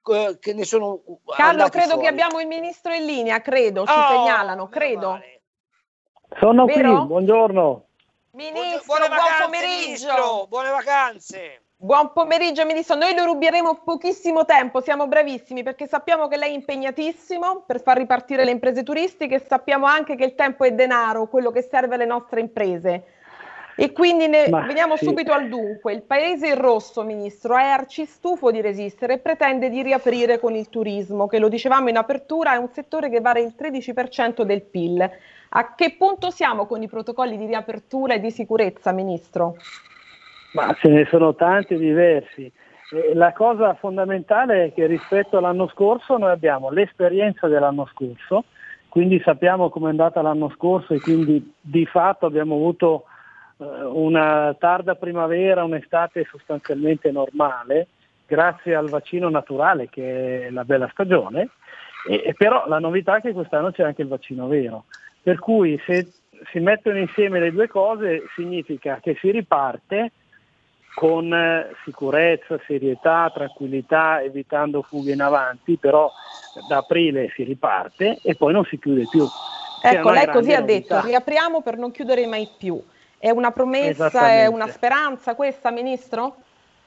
Carlo, credo che abbiamo il ministro in linea, credo, ci segnalano, credo. Male. Sono Vero? qui, buongiorno. Ministro, buone vacanze, buon pomeriggio. Ministro, buone vacanze. Buon pomeriggio, Ministro. Noi le ruberemo pochissimo tempo, siamo bravissimi perché sappiamo che lei è impegnatissimo per far ripartire le imprese turistiche, sappiamo anche che il tempo è denaro, quello che serve alle nostre imprese. E quindi veniamo subito al dunque. Il paese in rosso, Ministro, è arcistufo di resistere e pretende di riaprire con il turismo, che lo dicevamo in apertura è un settore che vale il 13% del PIL. A che punto siamo con i protocolli di riapertura e di sicurezza, Ministro? Ma ce ne sono tanti diversi. La cosa fondamentale è che rispetto all'anno scorso noi abbiamo l'esperienza dell'anno scorso, quindi sappiamo come è andata l'anno scorso e quindi di fatto abbiamo avuto una tarda primavera, un'estate sostanzialmente normale, grazie al vaccino naturale che è la bella stagione, però la novità è che quest'anno c'è anche il vaccino vero, per cui se si mettono insieme le due cose significa che si riparte con sicurezza, serietà, tranquillità, evitando fughe in avanti, però da aprile si riparte e poi non si chiude più. Ecco, lei così ha detto, riapriamo per non chiudere mai più. È una promessa, è una speranza questa, Ministro?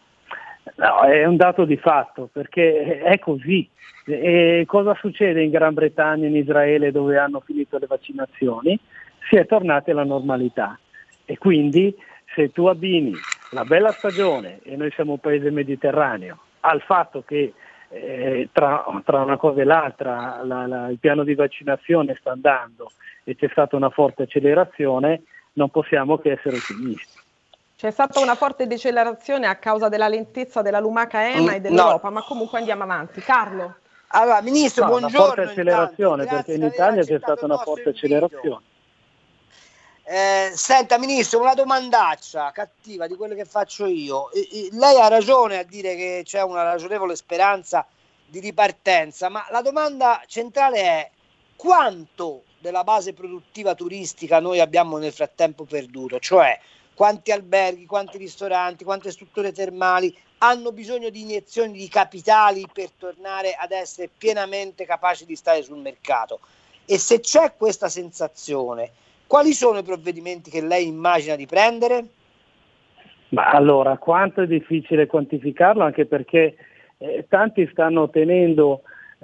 No, è un dato di fatto, perché è così. E cosa succede in Gran Bretagna e in Israele, dove hanno finito le vaccinazioni? Si è tornati alla normalità. E quindi se tu abbini la bella stagione, e noi siamo un paese mediterraneo, al fatto che tra una cosa e l'altra il piano di vaccinazione sta andando e c'è stata una forte accelerazione, non possiamo che essere ottimisti. C'è stata una forte decelerazione a causa della lentezza della lumaca EMA e dell'Europa, ma comunque andiamo avanti. Carlo? Allora, Ministro, buongiorno. Una forte accelerazione, perché in Italia c'è stata una forte accelerazione. Senta, Ministro, una domandaccia cattiva di quello che faccio io. Lei ha ragione a dire che c'è una ragionevole speranza di ripartenza, ma la domanda centrale è: quanto della base produttiva turistica noi abbiamo nel frattempo perduto? Cioè, quanti alberghi, quanti ristoranti, quante strutture termali hanno bisogno di iniezioni di capitali per tornare ad essere pienamente capaci di stare sul mercato. E se c'è questa sensazione, quali sono i provvedimenti che lei immagina di prendere? Ma allora, quanto è difficile quantificarlo, anche perché tanti stanno tenendo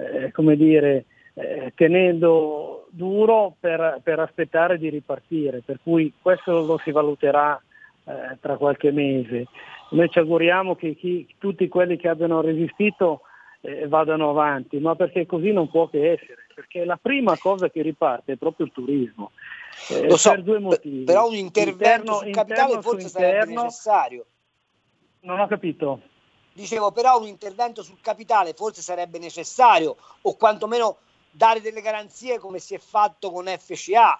duro per aspettare di ripartire, per cui questo lo si valuterà tra qualche mese. Noi ci auguriamo che tutti quelli che abbiano resistito vadano avanti, ma perché così non può che essere, perché la prima cosa che riparte è proprio il turismo. Lo so, per due motivi. Però un intervento sul capitale forse sarebbe necessario. Non ho capito. Dicevo, però un intervento sul capitale forse sarebbe necessario, o quantomeno dare delle garanzie come si è fatto con FCA.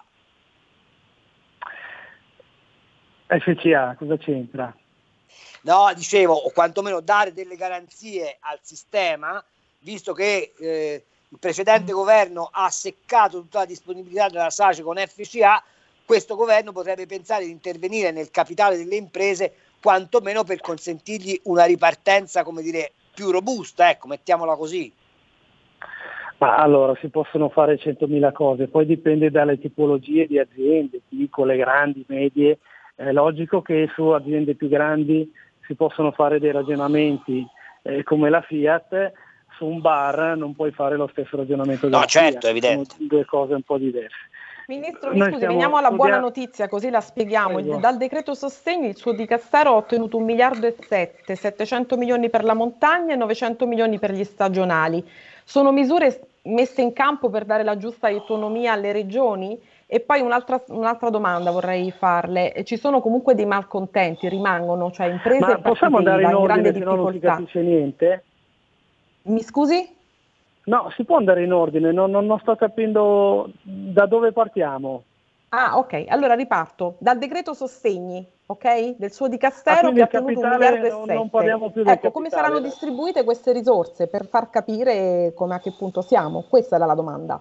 FCA, cosa c'entra? No, dicevo, o quantomeno dare delle garanzie al sistema, visto che il precedente governo ha seccato tutta la disponibilità della SACE con FCA, questo governo potrebbe pensare di intervenire nel capitale delle imprese, quantomeno per consentirgli una ripartenza, come dire, più robusta, ecco, mettiamola così. Ma allora si possono fare 100.000 cose, poi dipende dalle tipologie di aziende, piccole, grandi, medie. È logico che su aziende più grandi si possono fare dei ragionamenti come la Fiat. Su un bar non puoi fare lo stesso ragionamento della certo, Fiat, è evidente. sono due cose un po' diverse. Ministro, mi scusi, veniamo alla buona notizia, così la spieghiamo. Prego. Dal decreto sostegni il suo Dicastero ha ottenuto 1,7 miliardi, 700 milioni per la montagna e 900 milioni per gli stagionali. Sono misure messe in campo per dare la giusta autonomia alle regioni? E poi un'altra domanda vorrei farle. Ci sono comunque dei malcontenti, rimangono, cioè imprese Ma possiamo andare in ordine, se no non si difficoltà. capisce niente? Mi scusi? No, si può andare in ordine, non sto capendo da dove partiamo. Ah, ok, allora riparto. Dal decreto sostegni, ok? Del suo Dicastero quindi che ha il ottenuto 1,7 capitale miliardi. non parliamo più del Ecco, come capitale. saranno distribuite queste risorse per far capire come a che punto siamo? Questa era la domanda.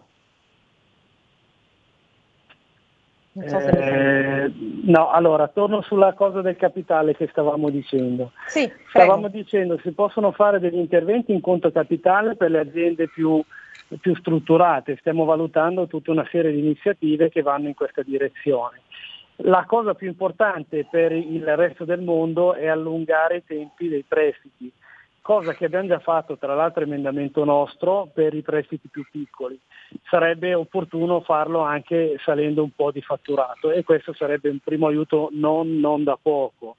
Non so se mi sente. No, allora, torno sulla cosa del capitale che stavamo dicendo. Sì, stavamo dicendo si possono fare degli interventi in conto capitale per le aziende più strutturate, stiamo valutando tutta una serie di iniziative che vanno in questa direzione. La cosa più importante per il resto del mondo è allungare i tempi dei prestiti, cosa che abbiamo già fatto, tra l'altro emendamento nostro, per i prestiti più piccoli. Sarebbe opportuno farlo anche salendo un po' di fatturato e questo sarebbe un primo aiuto non da poco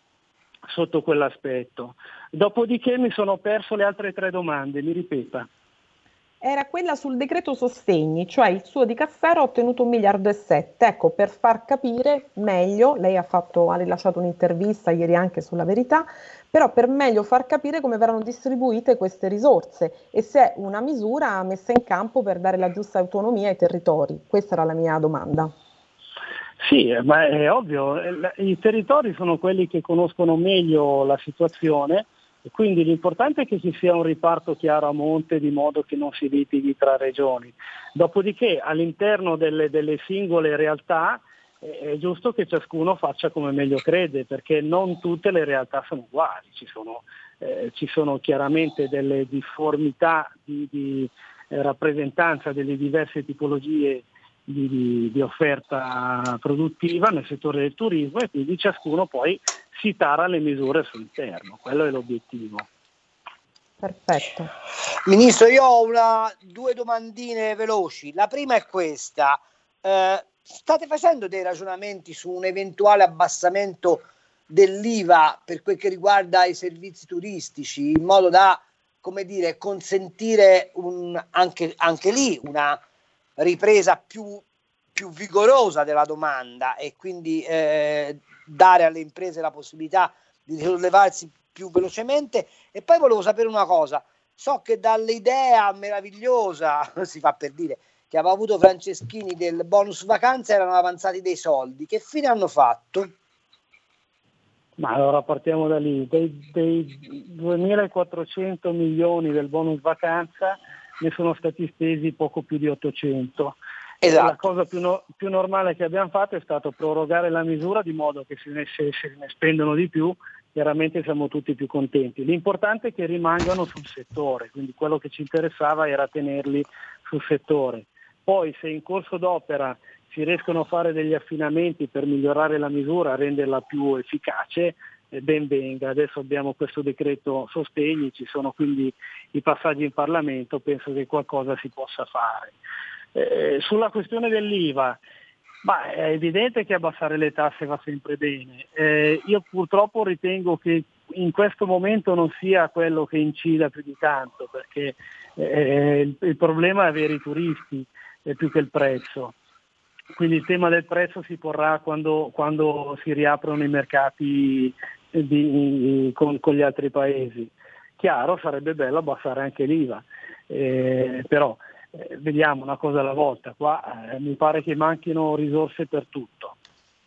sotto quell'aspetto. Dopodiché mi sono perso le altre 3 domande, mi ripeta. Era quella sul decreto sostegni, cioè il suo Dicastero ha ottenuto 1,7 miliardi. Ecco, per far capire meglio, lei ha rilasciato un'intervista ieri anche sulla Verità, però per meglio far capire come verranno distribuite queste risorse e se è una misura messa in campo per dare la giusta autonomia ai territori. Questa era la mia domanda. Sì, ma è ovvio, i territori sono quelli che conoscono meglio la situazione. Quindi l'importante è che ci sia un riparto chiaro a monte di modo che non si litighi tra regioni. Dopodiché all'interno delle singole realtà è giusto che ciascuno faccia come meglio crede, perché non tutte le realtà sono uguali, ci sono chiaramente delle difformità di rappresentanza delle diverse tipologie di offerta produttiva nel settore del turismo e quindi ciascuno poi si tara le misure al suo interno, quello è l'obiettivo. Perfetto. Ministro, io ho 2 domandine veloci. La prima è questa: state facendo dei ragionamenti su un eventuale abbassamento dell'IVA per quel che riguarda i servizi turistici, in modo da, come dire, consentire anche lì una ripresa più vigorosa della domanda e quindi dare alle imprese la possibilità di risollevarsi più velocemente? E poi volevo sapere una cosa: so che dall'idea meravigliosa, si fa per dire, che aveva avuto Franceschini del bonus vacanza erano avanzati dei soldi. Che fine hanno fatto? Ma allora partiamo da lì, dei 2.400 milioni del bonus vacanza ne sono stati spesi poco più di 800 Esatto. La cosa più normale che abbiamo fatto è stato prorogare la misura di modo che se ne spendono di più, chiaramente siamo tutti più contenti. L'importante è che rimangano sul settore, quindi quello che ci interessava era tenerli sul settore. Poi se in corso d'opera si riescono a fare degli affinamenti per migliorare la misura, renderla più efficace, ben venga. Adesso abbiamo questo decreto sostegni, ci sono quindi i passaggi in Parlamento, penso che qualcosa si possa fare. Sulla questione dell'IVA, è evidente che abbassare le tasse va sempre bene. Io purtroppo ritengo che in questo momento non sia quello che incida più di tanto, perché il problema è avere i turisti più che il prezzo. Quindi il tema del prezzo si porrà quando si riaprono i mercati con gli altri paesi. Chiaro, sarebbe bello abbassare anche l'IVA, però vediamo una cosa alla volta. Qua mi pare che manchino risorse per tutto.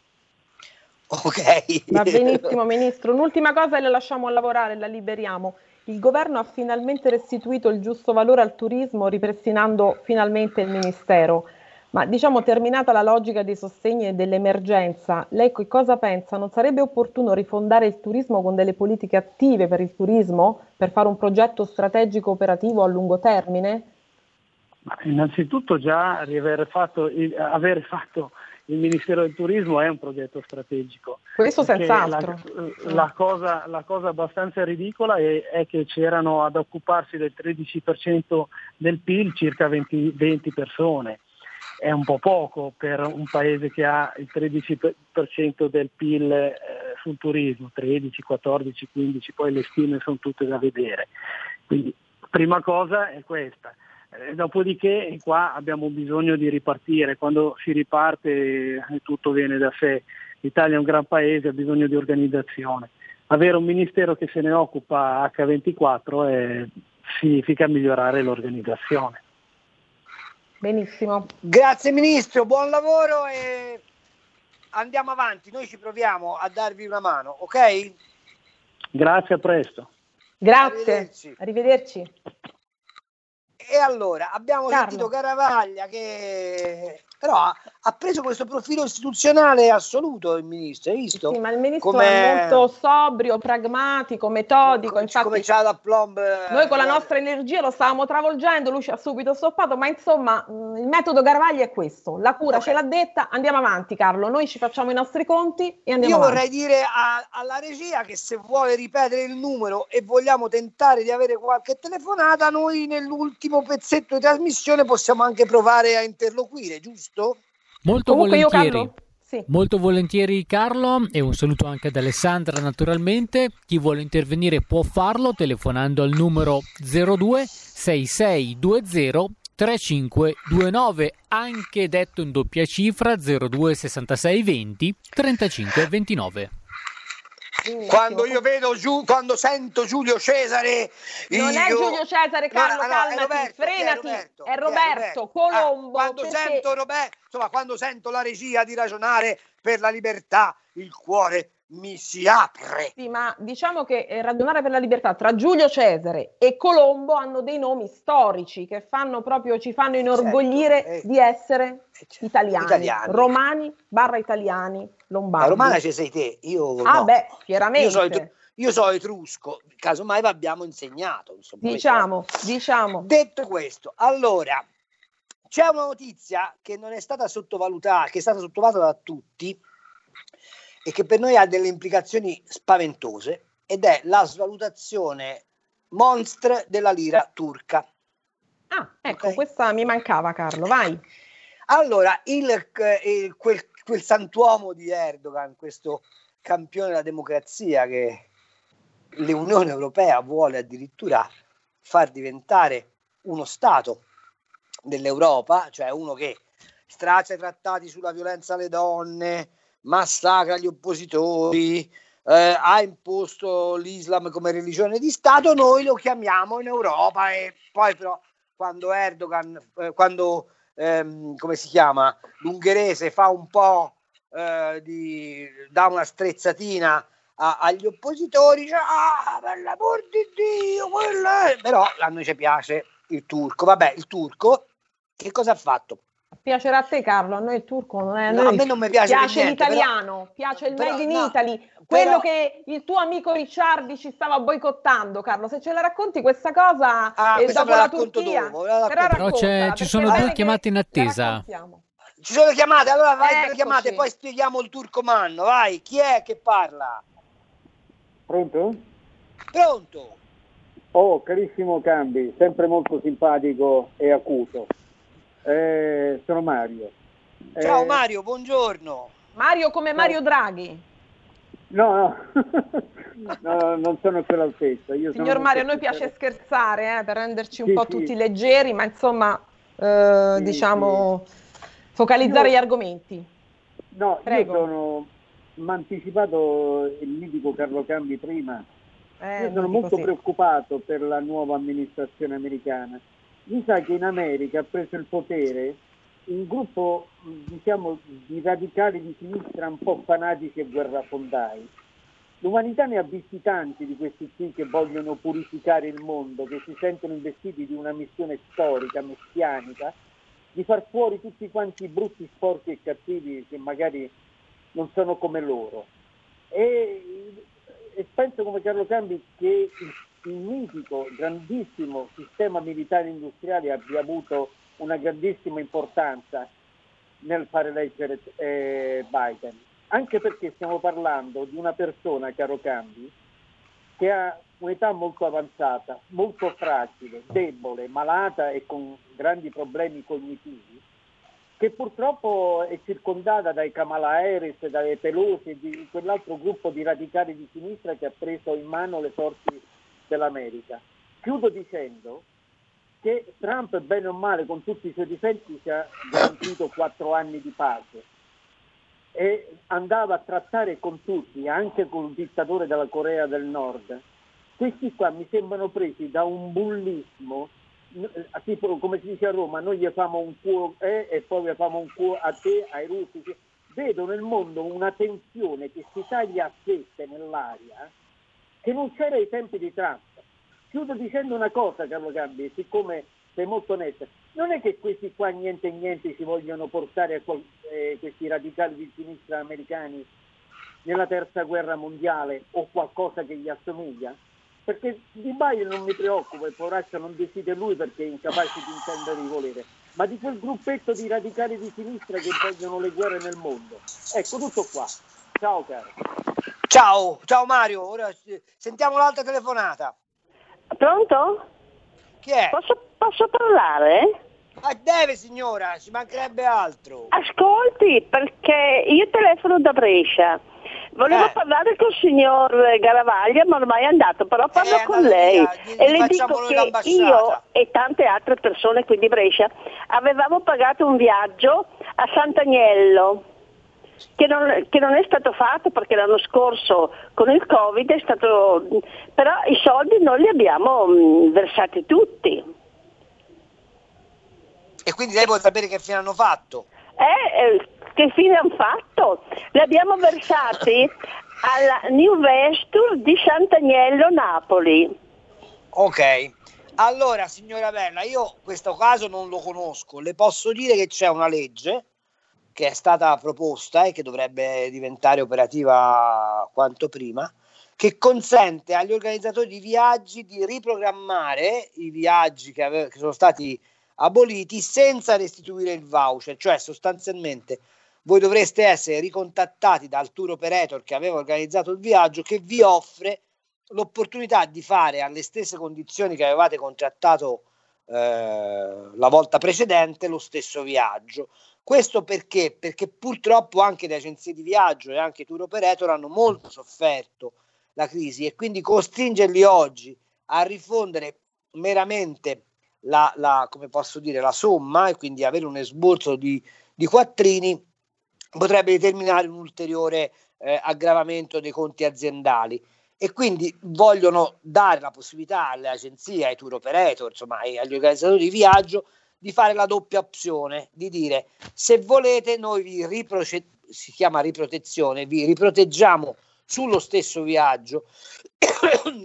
Ok. Va benissimo, Ministro. Un'ultima cosa e la lasciamo lavorare, la liberiamo. Il governo ha finalmente restituito il giusto valore al turismo, ripristinando finalmente il Ministero. Ma diciamo, terminata la logica dei sostegni e dell'emergenza, lei che cosa pensa? Non sarebbe opportuno rifondare il turismo con delle politiche attive per il turismo, per fare un progetto strategico operativo a lungo termine? Ma innanzitutto già aver fatto il Ministero del Turismo è un progetto strategico. Questo senz'altro. La cosa abbastanza ridicola è che c'erano ad occuparsi del 13% del PIL circa 20 persone. È un po' poco per un paese che ha il 13% del PIL sul turismo, 13, 14, 15, poi le stime sono tutte da vedere. Quindi prima cosa è questa. Dopodiché qua abbiamo bisogno di ripartire. Quando si riparte tutto viene da sé. L'Italia è un gran paese, ha bisogno di organizzazione. Avere un ministero che se ne occupa H24 significa migliorare l'organizzazione. Benissimo. Grazie Ministro, buon lavoro e andiamo avanti. Noi ci proviamo a darvi una mano, ok? Grazie, a presto. Grazie, arrivederci. E allora, abbiamo sentito Garavaglia che però ha preso questo profilo istituzionale assoluto il Ministro, hai visto? Sì, ma il Ministro è molto sobrio, pragmatico, metodico. Infatti, come c'ha la plomb, noi con la nostra energia lo stavamo travolgendo, lui ci ha subito stoppato, ma insomma il metodo Garavaglia è questo, la cura ce l'ha detta, andiamo avanti Carlo, noi ci facciamo i nostri conti e andiamo avanti. Io vorrei dire alla regia che se vuole ripetere il numero e vogliamo tentare di avere qualche telefonata, noi nell'ultimo pezzetto di trasmissione possiamo anche provare a interloquire, giusto? Molto volentieri. Sì. Molto volentieri Carlo, e un saluto anche ad Alessandra naturalmente. Chi vuole intervenire può farlo telefonando al numero 02 6620 3529, anche detto in doppia cifra 02 66 20 35 29. Quando io vedo quando sento Giulio Cesare, non è Giulio Cesare, Carlo, calmati, frenati, è Roberto Colombo. Quando sento la regia di Ragionare per la Libertà, il cuore mi si apre. Sì, ma diciamo che Ragionare per la Libertà tra Giulio Cesare e Colombo hanno dei nomi storici che ci fanno inorgoglire di essere italiani. Romani / italiani, lombardi. La romana ci sei te, io no. Chiaramente. Io so etrusco, casomai vi abbiamo insegnato. Insomma, diciamo. Detto questo, allora, c'è una notizia che non è stata sottovalutata, che è stata sottovalutata da tutti, e che per noi ha delle implicazioni spaventose, ed è la svalutazione monstre della lira turca. Ecco, questa mi mancava, Carlo, vai. Allora, quel santuomo di Erdogan, questo campione della democrazia che l'Unione Europea vuole addirittura far diventare uno Stato dell'Europa, cioè uno che straccia i trattati sulla violenza alle donne, massacra gli oppositori, ha imposto l'Islam come religione di Stato, noi lo chiamiamo in Europa. E poi però quando Erdogan, come si chiama, l'ungherese fa un po' dà una strezzatina agli oppositori, dice, per l'amor di Dio, quello è. Però a noi ci piace il turco. Vabbè, il turco che cosa ha fatto? Piacerà a te, Carlo, a noi il turco non è. No, a me non mi piace niente, l'italiano, piace il Made in Italy, quello che il tuo amico Ricciardi ci stava boicottando, Carlo. Se ce la racconti questa cosa dopo la Turchia, però ci sono 2 chiamate in attesa. Ci sono le chiamate, allora vai per le chiamate, poi spieghiamo il turcomanno. Vai, chi è che parla? Pronto? Pronto. Oh, carissimo Cambi, sempre molto simpatico e acuto. Sono Mario. Ciao Mario, buongiorno. Mario come Mario Draghi. No, non sono a quell'altezza. Signor Mario, a noi piace scherzare per renderci un po' tutti leggeri, ma insomma, diciamo, focalizzare gli argomenti. No, prego. Mi ha anticipato il mitico Carlo Cambi prima. Io sono molto preoccupato per la nuova amministrazione americana. Mi sa che in America ha preso il potere un gruppo, diciamo, di radicali di sinistra un po' fanatici e guerrafondai. L'umanità ne ha visti tanti di questi qui che vogliono purificare il mondo, che si sentono investiti di una missione storica, messianica, di far fuori tutti quanti brutti, sporchi e cattivi che magari non sono come loro. E penso come Carlo Cambi che il mitico, grandissimo sistema militare industriale abbia avuto una grandissima importanza nel fare leggere Biden, anche perché stiamo parlando di una persona, caro Cambi, che ha un'età molto avanzata, molto fragile, debole, malata e con grandi problemi cognitivi, che purtroppo è circondata dai Kamala Harris, dai Pelosi e di quell'altro gruppo di radicali di sinistra che ha preso in mano le sorti dell'America. Chiudo dicendo che Trump, bene o male, con tutti i suoi difetti, ci ha garantito 4 anni di pace e andava a trattare con tutti, anche con il dittatore della Corea del Nord. Questi qua mi sembrano presi da un bullismo, tipo come si dice a Roma, noi gli famo un culo e poi gli famo un culo a te, ai russi. Vedo nel mondo una tensione che si taglia a sette nell'aria che non c'era ai tempi di Trump. Chiudo dicendo una cosa, Carlo Cambi, siccome sei molto onesto, non è che questi qua niente si vogliono portare a questi radicali di sinistra americani nella terza guerra mondiale o qualcosa che gli assomiglia? Perché Di Biden non mi preoccupa, il poraccio non decide lui perché è incapace di intendere di volere, ma di quel gruppetto di radicali di sinistra che vogliono le guerre nel mondo. Ecco, tutto qua. Ciao caro. Ciao Mario, ora sentiamo l'altra telefonata. Pronto? Chi è? Posso parlare? Deve signora, ci mancherebbe altro. Ascolti, perché io telefono da Brescia. Volevo parlare col signor Garavaglia, ma ormai è andato, però parlo con lei e le dico che io e tante altre persone qui di Brescia avevamo pagato un viaggio a Sant'Agnello che non è stato fatto perché l'anno scorso con il Covid è stato, però i soldi noi li abbiamo versati tutti. E quindi lei vuole sapere che fine hanno fatto? Che fine hanno fatto? Li abbiamo versati alla New Vestur di Sant'Agnello, Napoli. Ok, allora signora Bella, io questo caso non lo conosco, le posso dire che c'è una legge che è stata proposta e che dovrebbe diventare operativa quanto prima, che consente agli organizzatori di viaggi di riprogrammare i viaggi che sono stati aboliti senza restituire il voucher, cioè sostanzialmente voi dovreste essere ricontattati dal tour operator che aveva organizzato il viaggio, che vi offre l'opportunità di fare alle stesse condizioni che avevate contrattato la volta precedente lo stesso viaggio. Questo perché? Perché purtroppo anche le agenzie di viaggio e anche i tour operator hanno molto sofferto la crisi e quindi costringerli oggi a rifondere meramente come posso dire, la somma e quindi avere un esborso di quattrini potrebbe determinare un ulteriore aggravamento dei conti aziendali e quindi vogliono dare la possibilità alle agenzie, ai tour operator, insomma agli organizzatori di viaggio di fare la doppia opzione, di dire se volete noi si chiama riprotezione, vi riproteggiamo sullo stesso viaggio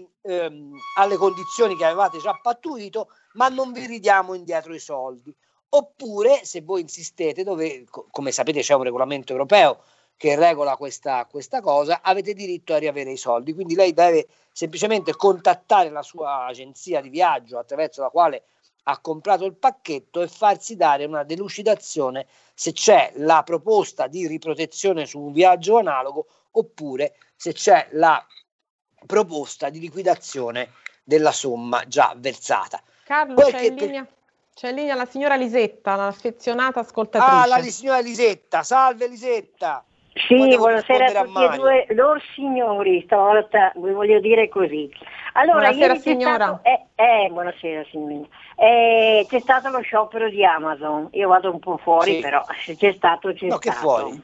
alle condizioni che avevate già pattuito, ma non vi ridiamo indietro i soldi. oppure, se voi insistete, dove, come sapete c'è un regolamento europeo che regola questa cosa, avete diritto a riavere i soldi. Quindi lei deve semplicemente contattare la sua agenzia di viaggio attraverso la quale ha comprato il pacchetto e farsi dare una delucidazione se c'è la proposta di riprotezione su un viaggio analogo oppure se c'è la proposta di liquidazione della somma già versata. Carlo, c'è in linea la signora Lisetta, l'affezionata ascoltatrice. Ah, la signora Lisetta, salve Lisetta. Sì, buonasera a tutti e due, lor signori, stavolta vi voglio dire così. Allora, buonasera signora. Buonasera signora. C'è stato lo sciopero di Amazon, io vado un po' fuori, sì. Però se c'è stato c'è stato. Che fuori?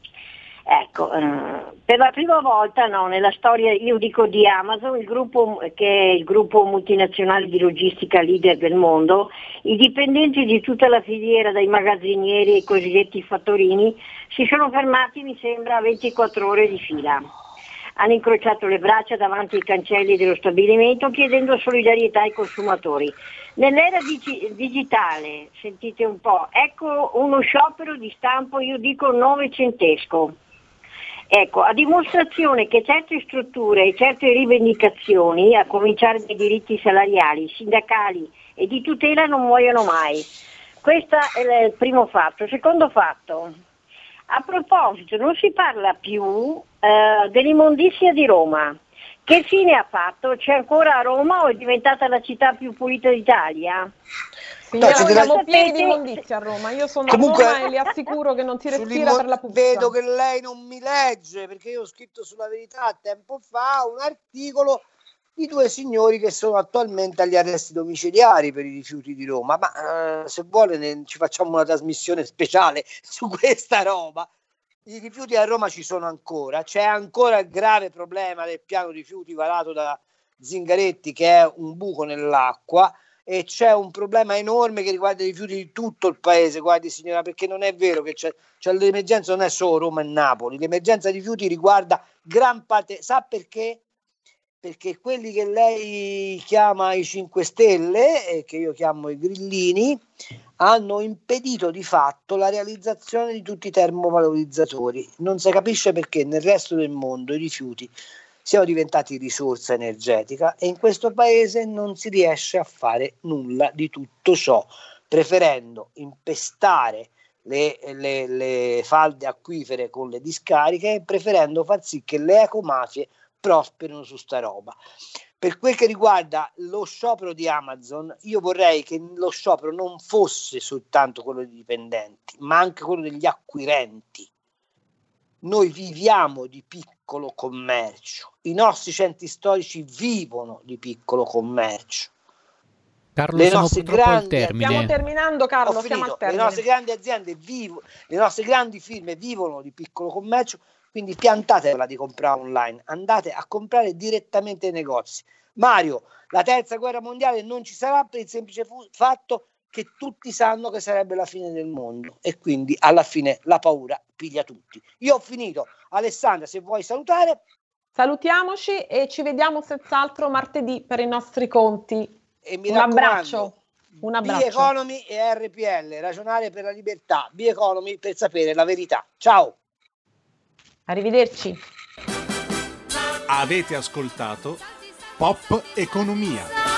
Ecco, per la prima volta nella storia, io dico di Amazon, il gruppo che è il gruppo multinazionale di logistica leader del mondo, i dipendenti di tutta la filiera, dai magazzinieri ai cosiddetti fattorini, si sono fermati, mi sembra, 24 ore di fila. Hanno incrociato le braccia davanti ai cancelli dello stabilimento chiedendo solidarietà ai consumatori. Nell'era digitale, sentite un po', ecco uno sciopero di stampo, io dico novecentesco. Ecco, a dimostrazione che certe strutture e certe rivendicazioni, a cominciare dai diritti salariali, sindacali e di tutela, non muoiono mai. Questo è il primo fatto. Secondo fatto, a proposito, non si parla più dell'immondizia di Roma. Che fine ha fatto? C'è ancora a Roma o è diventata la città più pulita d'Italia? Signora, siamo pieni di immondizia a Roma. Io sono comunque, a Roma e le assicuro che non si respira per la puzza. Vedo che lei non mi legge, perché io ho scritto sulla Verità tempo fa un articolo di 2 signori che sono attualmente agli arresti domiciliari per i rifiuti di Roma. Ma se vuole ci facciamo una trasmissione speciale su questa roba. I rifiuti a Roma ci sono ancora, c'è ancora il grave problema del piano rifiuti varato da Zingaretti, che è un buco nell'acqua, e c'è un problema enorme che riguarda i rifiuti di tutto il paese. Guardi signora, perché non è vero che c'è l'emergenza, non è solo Roma e Napoli, l'emergenza rifiuti riguarda gran parte. Sa perché? Perché quelli che lei chiama i 5 Stelle e che io chiamo i grillini hanno impedito di fatto la realizzazione di tutti i termovalorizzatori. Non si capisce perché nel resto del mondo i rifiuti siano diventati risorsa energetica e in questo paese non si riesce a fare nulla di tutto ciò, preferendo impestare le falde acquifere con le discariche e preferendo far sì che le ecomafie prosperino su sta roba. Per quel che riguarda lo sciopero di Amazon, io vorrei che lo sciopero non fosse soltanto quello dei dipendenti, ma anche quello degli acquirenti. Noi viviamo di piccolo commercio, i nostri centri storici vivono di piccolo commercio. Carlo, le nostre grandi, stiamo terminando, Carlo, siamo al termine. Le nostre grandi aziende le nostre grandi firme vivono di piccolo commercio. Quindi piantatela di comprare online, andate a comprare direttamente ai negozi. Mario, la terza guerra mondiale non ci sarà per il semplice fatto che tutti sanno che sarebbe la fine del mondo e quindi alla fine la paura piglia tutti. Io ho finito. Alessandra, se vuoi salutare. Salutiamoci e ci vediamo senz'altro martedì per i nostri conti. E un abbraccio. Be Economy e RPL, ragionare per la libertà. Be Economy per sapere la verità. Ciao. Arrivederci. Avete ascoltato Pop Economia.